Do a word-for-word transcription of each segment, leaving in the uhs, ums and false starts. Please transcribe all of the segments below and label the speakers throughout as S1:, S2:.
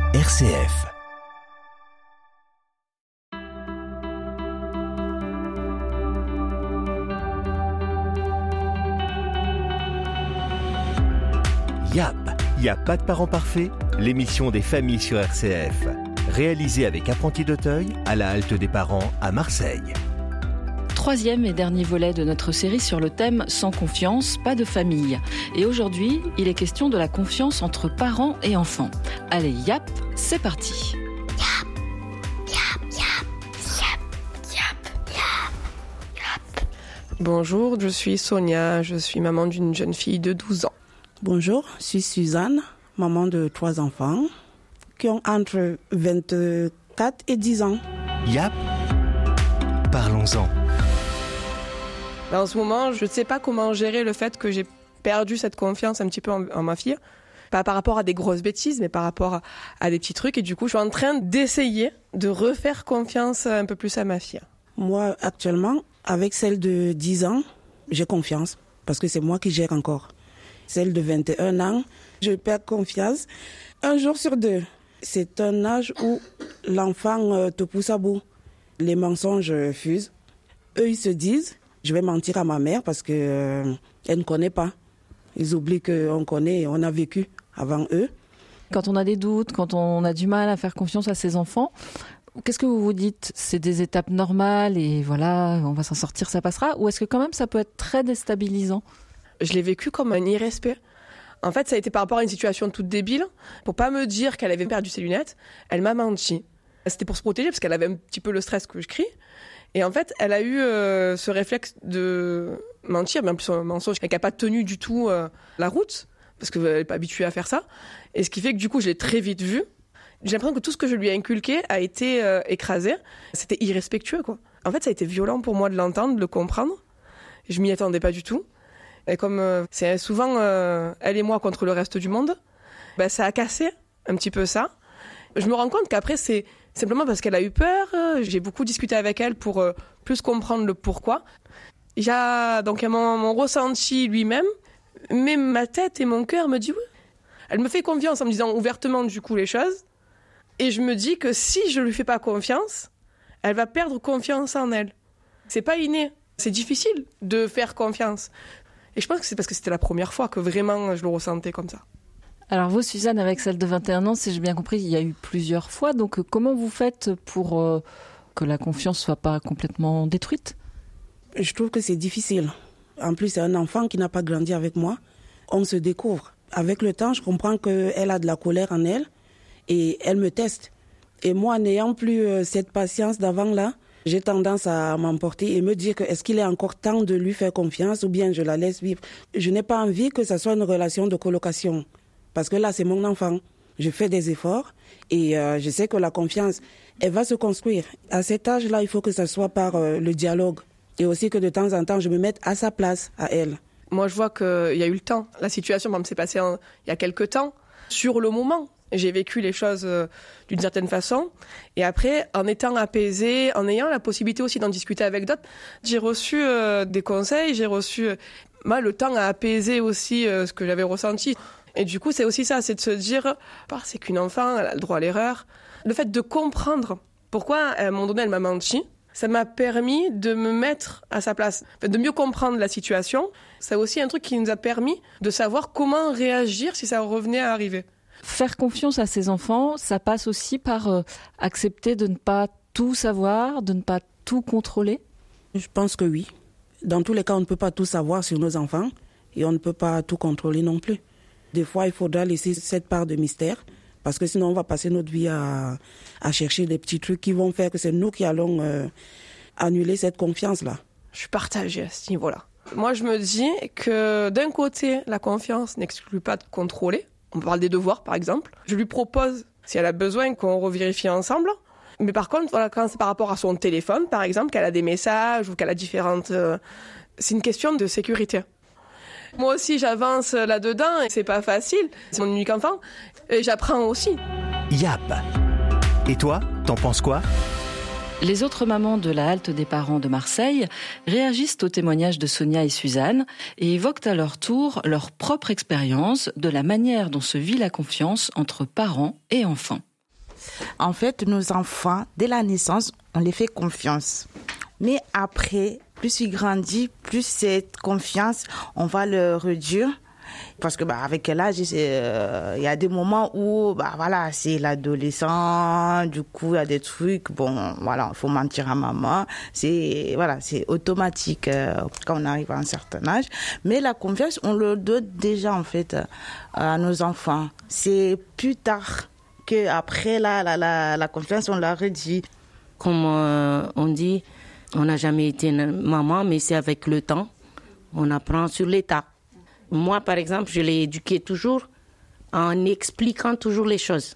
S1: R C F. Yap, y a pas de parents parfaits, l'émission des familles sur R C F. Réalisée avec Apprentis d'Auteuil à la halte des parents à Marseille.
S2: Troisième et dernier volet de notre série sur le thème « Sans confiance, pas de famille ». Et aujourd'hui, il est question de la confiance entre parents et enfants. Allez, yap, c'est parti.
S3: Yap, yap, yap, yap, yap, yap, yap.
S4: Bonjour, je suis Sonia, je suis maman d'une jeune fille de douze ans.
S5: Bonjour, je suis Suzanne, maman de trois enfants qui ont entre vingt-quatre et dix ans.
S1: Yap, parlons-en.
S4: En ce moment, je ne sais pas comment gérer le fait que j'ai perdu cette confiance un petit peu en, en ma fille. Pas par rapport à des grosses bêtises, mais par rapport à, à des petits trucs. Et du coup, je suis en train d'essayer de refaire confiance un peu plus à ma fille.
S5: Moi, actuellement, avec celle de dix ans, j'ai confiance parce que c'est moi qui gère encore. Celle de vingt et un ans, je perds confiance un jour sur deux. C'est un âge où l'enfant te pousse à bout. Les mensonges fusent. Eux, ils se disent, je vais mentir à ma mère parce qu'elle euh, ne connaît pas. Ils oublient qu'on connaît et on a vécu avant eux.
S2: Quand on a des doutes, quand on a du mal à faire confiance à ses enfants, qu'est-ce que vous vous dites ? C'est des étapes normales et voilà, on va s'en sortir, ça passera ? Ou est-ce que quand même ça peut être très déstabilisant ?
S4: Je l'ai vécu comme un irrespect. En fait, ça a été par rapport à une situation toute débile. Pour pas me dire qu'elle avait perdu ses lunettes, elle m'a menti. C'était pour se protéger parce qu'elle avait un petit peu le stress que je crie. Et en fait, elle a eu euh, ce réflexe de mentir, mais en plus un mensonge qui n'a pas tenu du tout euh, la route, parce qu'elle n'est pas habituée à faire ça. Et ce qui fait que du coup, je l'ai très vite vue. J'ai l'impression que tout ce que je lui ai inculqué a été euh, écrasé. C'était irrespectueux, quoi. En fait, ça a été violent pour moi de l'entendre, de le comprendre. Je m'y attendais pas du tout. Et comme euh, c'est souvent euh, elle et moi contre le reste du monde, bah, ça a cassé un petit peu ça. Je me rends compte qu'après, c'est simplement parce qu'elle a eu peur. J'ai beaucoup discuté avec elle pour euh, plus comprendre le pourquoi. Il y a donc mon, mon ressenti lui-même, mais ma tête et mon cœur me disent oui. Elle me fait confiance en me disant ouvertement du coup les choses. Et je me dis que si je lui fais pas confiance, elle va perdre confiance en elle. C'est pas inné. C'est difficile de faire confiance. Et je pense que c'est parce que c'était la première fois que vraiment je le ressentais comme ça.
S2: Alors vous, Suzanne, avec celle de vingt et un ans, si j'ai bien compris, il y a eu plusieurs fois. Donc comment vous faites pour euh, que la confiance soit pas complètement détruite ?
S5: Je trouve que c'est difficile. En plus, c'est un enfant qui n'a pas grandi avec moi. On se découvre. Avec le temps, je comprends qu'elle a de la colère en elle et elle me teste. Et moi, n'ayant plus euh, cette patience d'avant-là, j'ai tendance à m'emporter et me dire que est-ce qu'il est encore temps de lui faire confiance ou bien je la laisse vivre. Je n'ai pas envie que ça soit une relation de colocation. Parce que là, c'est mon enfant. Je fais des efforts et euh, je sais que la confiance, elle va se construire. À cet âge-là, il faut que ça soit par euh, le dialogue. Et aussi que de temps en temps, je me mette à sa place, à elle.
S4: Moi, je vois qu'il y a eu le temps. La situation, par exemple, s'est passée en, il y a quelques temps. Sur le moment, j'ai vécu les choses euh, d'une certaine façon. Et après, en étant apaisée, en ayant la possibilité aussi d'en discuter avec d'autres, j'ai reçu euh, des conseils, j'ai reçu... Euh, moi, le temps a apaisé aussi euh, ce que j'avais ressenti. Et du coup, c'est aussi ça, c'est de se dire, bah, c'est qu'une enfant, elle a le droit à l'erreur. Le fait de comprendre pourquoi, à un moment donné, elle m'a menti, ça m'a permis de me mettre à sa place, de mieux comprendre la situation. C'est aussi un truc qui nous a permis de savoir comment réagir si ça revenait à arriver.
S2: Faire confiance à ses enfants, ça passe aussi par euh, accepter de ne pas tout savoir, de ne pas tout contrôler ?
S5: Je pense que oui. Dans tous les cas, on ne peut pas tout savoir sur nos enfants et on ne peut pas tout contrôler non plus. Des fois, il faudra laisser cette part de mystère parce que sinon, on va passer notre vie à, à chercher des petits trucs qui vont faire que c'est nous qui allons euh, annuler cette confiance-là.
S4: Je suis partagée à ce niveau-là. Moi, je me dis que d'un côté, la confiance n'exclut pas de contrôler. On parle des devoirs, par exemple. Je lui propose, si elle a besoin, qu'on revérifie ensemble. Mais par contre, voilà, quand c'est par rapport à son téléphone, par exemple, qu'elle a des messages ou qu'elle a différentes... Euh, c'est une question de sécurité. Moi aussi, j'avance là-dedans et c'est pas facile. C'est mon unique enfant et j'apprends aussi.
S1: Yap. Et toi, t'en penses quoi ?
S2: Les autres mamans de la halte des parents de Marseille réagissent au témoignage de Sonia et Suzanne et évoquent à leur tour leur propre expérience de la manière dont se vit la confiance entre parents et enfants.
S6: En fait, nos enfants, dès la naissance, on les fait confiance. Mais après, plus ils grandissent, plus cette confiance, on va le réduire. Parce que bah, avec l'âge, il euh, y a des moments où bah, voilà, c'est l'adolescent, du coup, il y a des trucs, bon, voilà, il faut mentir à maman. C'est, voilà, c'est automatique euh, quand on arrive à un certain âge. Mais la confiance, on le donne déjà, en fait, à nos enfants. C'est plus tard qu'après, la, la, la, la confiance, on la réduit.
S7: Comme euh, on dit, on n'a jamais été une maman, mais c'est avec le temps, on apprend sur l'état. Moi, par exemple, je l'ai éduqué toujours en expliquant toujours les choses.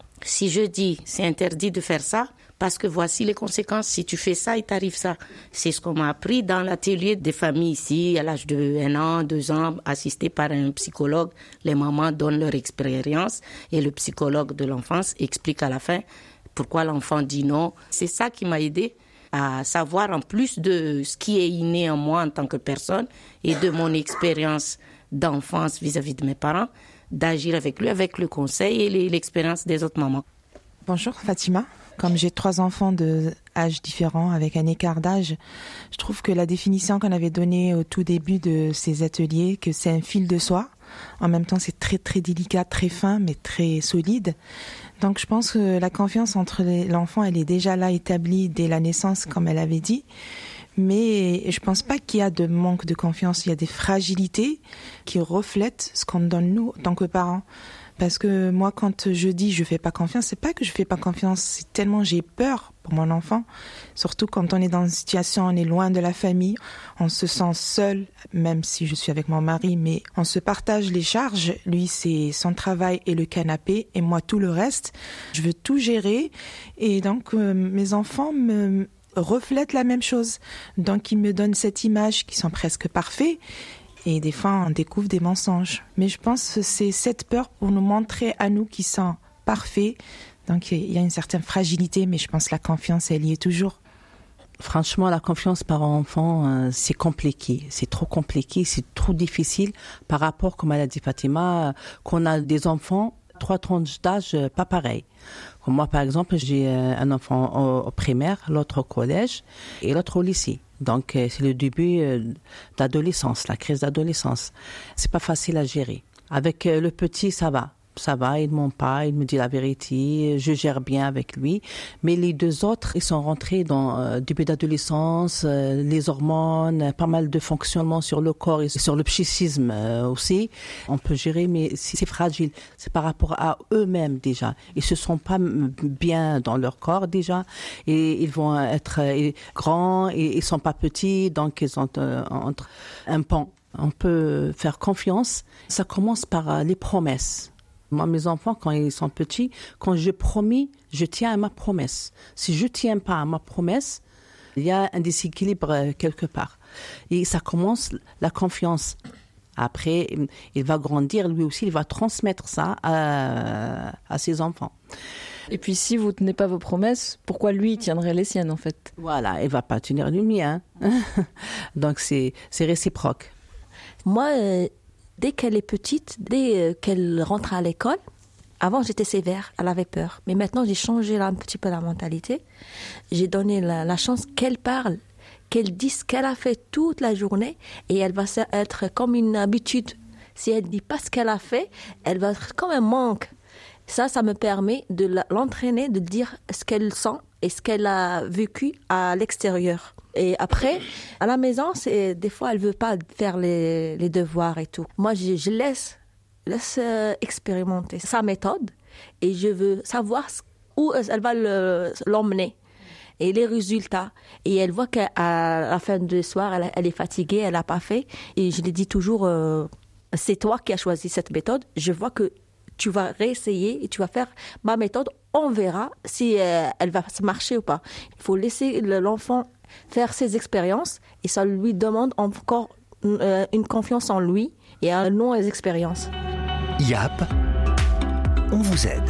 S7: Si je dis, c'est interdit de faire ça, parce que voici les conséquences. Si tu fais ça, il t'arrive ça. C'est ce qu'on m'a appris dans l'atelier des familles ici, à l'âge de un an, deux ans, assisté par un psychologue. Les mamans donnent leur expérience et le psychologue de l'enfance explique à la fin pourquoi l'enfant dit non. C'est ça qui m'a aidé à savoir, en plus de ce qui est inné en moi en tant que personne et de mon expérience d'enfance vis-à-vis de mes parents, d'agir avec lui, avec le conseil et l'expérience des autres mamans.
S8: Bonjour Fatima. Comme j'ai trois enfants d'âge différents avec un écart d'âge, je trouve que la définition qu'on avait donnée au tout début de ces ateliers, que c'est un fil de soie, en même temps c'est très très délicat, très fin mais très solide. Donc je pense que la confiance entre les, l'enfant, elle est déjà là établie dès la naissance, comme elle avait dit. Mais je pense pas qu'il y a de manque de confiance. Il y a des fragilités qui reflètent ce qu'on donne nous en tant que parents. Parce que moi, quand je dis je fais pas confiance, c'est pas que je fais pas confiance, c'est tellement j'ai peur pour mon enfant. Surtout quand on est dans une situation, on est loin de la famille, on se sent seul, même si je suis avec mon mari, mais on se partage les charges. Lui, c'est son travail et le canapé, et moi, tout le reste. Je veux tout gérer. Et donc, euh, mes enfants me reflètent la même chose. Donc, ils me donnent cette image qui sont presque parfaits. Et des fois, on découvre des mensonges. Mais je pense que c'est cette peur pour nous montrer à nous qui sont parfaits. Donc, il y a une certaine fragilité, mais je pense que la confiance, elle y est toujours.
S9: Franchement, la confiance par enfant, euh, c'est compliqué. C'est trop compliqué, c'est trop difficile par rapport, comme elle a dit Fatima, qu'on a des enfants, trois tranches d'âge euh, pas pareils. Comme moi, par exemple, j'ai euh, un enfant au, au primaire, l'autre au collège et l'autre au lycée. Donc, euh, c'est le début euh, d'adolescence, la crise d'adolescence. C'est pas facile à gérer. Avec euh, le petit, ça va. Ça va, il ne ment pas, il me dit la vérité, je gère bien avec lui. Mais les deux autres, ils sont rentrés dans le euh, début d'adolescence, euh, les hormones, pas mal de fonctionnements sur le corps et sur le psychisme euh, aussi. On peut gérer, mais c'est fragile. C'est par rapport à eux-mêmes déjà. Ils se sentent pas bien dans leur corps déjà. Et ils vont être euh, grands et ils sont pas petits, donc ils ont euh, entre un pan. On peut faire confiance. Ça commence par euh, les promesses. Moi, mes enfants, quand ils sont petits, quand je promis, je tiens à ma promesse. Si je ne tiens pas à ma promesse, il y a un déséquilibre quelque part. Et ça commence la confiance. Après, il va grandir, lui aussi, il va transmettre ça à, à ses enfants.
S2: Et puis, si vous ne tenez pas vos promesses, pourquoi lui tiendrait les siennes, en fait ?
S9: Voilà, il ne va pas tenir le mien. Donc, c'est, c'est réciproque.
S3: Moi, euh... dès qu'elle est petite, dès qu'elle rentre à l'école, avant j'étais sévère, elle avait peur. Mais maintenant j'ai changé là, un petit peu la mentalité. J'ai donné la, la chance qu'elle parle, qu'elle dise ce qu'elle a fait toute la journée et elle va être comme une habitude. Si elle ne dit pas ce qu'elle a fait, elle va être comme un manque. Ça, ça me permet de l'entraîner, de dire ce qu'elle sent et ce qu'elle a vécu à l'extérieur. Et après, à la maison, c'est, des fois, elle ne veut pas faire les, les devoirs et tout. Moi, je, je laisse, laisse euh, expérimenter sa méthode et je veux savoir où elle va le, l'emmener et les résultats. Et elle voit qu'à la fin du soir, elle, elle est fatiguée, elle n'a pas fait. Et je lui dis toujours, euh, c'est toi qui as choisi cette méthode. Je vois que tu vas réessayer et tu vas faire ma méthode. On verra si euh, elle va marcher ou pas. Il faut laisser l'enfant faire ses expériences et ça lui demande encore euh, une confiance en lui et un nom aux expériences.
S1: Yap, on vous aide.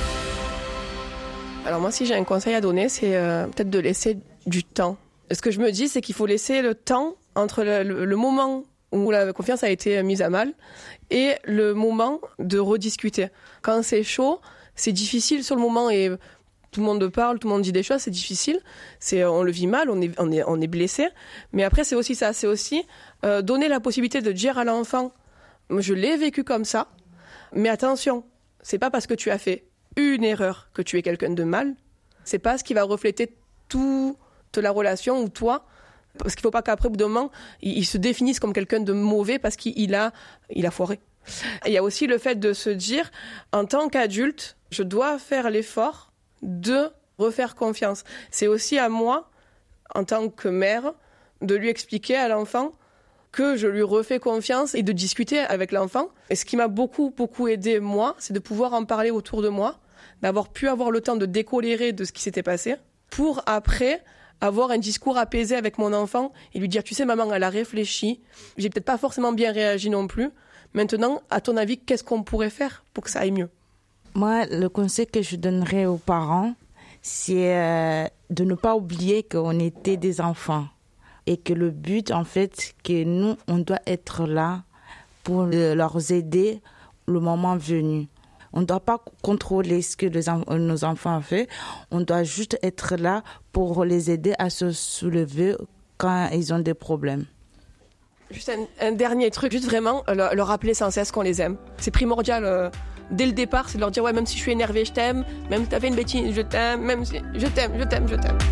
S4: Alors moi, si j'ai un conseil à donner, c'est euh, peut-être de laisser du temps. Ce que je me dis, c'est qu'il faut laisser le temps entre le, le, le moment où la confiance a été mise à mal et le moment de rediscuter. Quand c'est chaud, c'est difficile sur le moment et tout le monde parle, tout le monde dit des choses, c'est difficile. C'est, on le vit mal, on est, on est, on est blessé. Mais après, c'est aussi ça, c'est aussi euh, donner la possibilité de dire à l'enfant, je l'ai vécu comme ça, mais attention, c'est pas parce que tu as fait une erreur que tu es quelqu'un de mal. C'est pas ce qui va refléter toute la relation ou toi. Parce qu'il faut pas qu'après, au bout d'un moment, il, il se définisse comme quelqu'un de mauvais parce qu'il a, il a foiré. Il y a aussi le fait de se dire, en tant qu'adulte, je dois faire l'effort de refaire confiance. C'est aussi à moi, en tant que mère, de lui expliquer à l'enfant que je lui refais confiance et de discuter avec l'enfant. Et ce qui m'a beaucoup, beaucoup aidé, moi, c'est de pouvoir en parler autour de moi, d'avoir pu avoir le temps de décolérer de ce qui s'était passé, pour après avoir un discours apaisé avec mon enfant et lui dire, tu sais, maman, elle a réfléchi, j'ai peut-être pas forcément bien réagi non plus. Maintenant, à ton avis, qu'est-ce qu'on pourrait faire pour que ça aille mieux ?
S6: Moi, le conseil que je donnerais aux parents, c'est euh, de ne pas oublier qu'on était des enfants et que le but, en fait, que nous, on doit être là pour leur aider le moment venu. On ne doit pas contrôler ce que les, nos enfants ont fait. On doit juste être là pour les aider à se soulever quand ils ont des problèmes.
S4: Juste un, un dernier truc, juste vraiment leur, leur rappeler sans cesse qu'on les aime. C'est primordial. Euh, dès le départ, c'est de leur dire, ouais, même si je suis énervée, je t'aime. Même si tu as fait une bêtise, je t'aime. Même si je t'aime, je t'aime, je t'aime.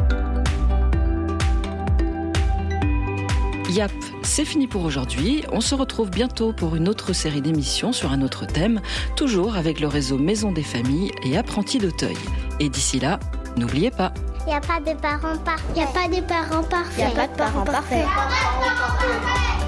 S2: Yap, c'est fini pour aujourd'hui. On se retrouve bientôt pour une autre série d'émissions sur un autre thème, toujours avec le réseau Maison des Familles et Apprentis d'Auteuil. Et d'ici là, n'oubliez pas,
S10: il n'y a pas de parents parfaits. Il n'y a pas de parents parfaits. Il n'y a pas de parents parfaits.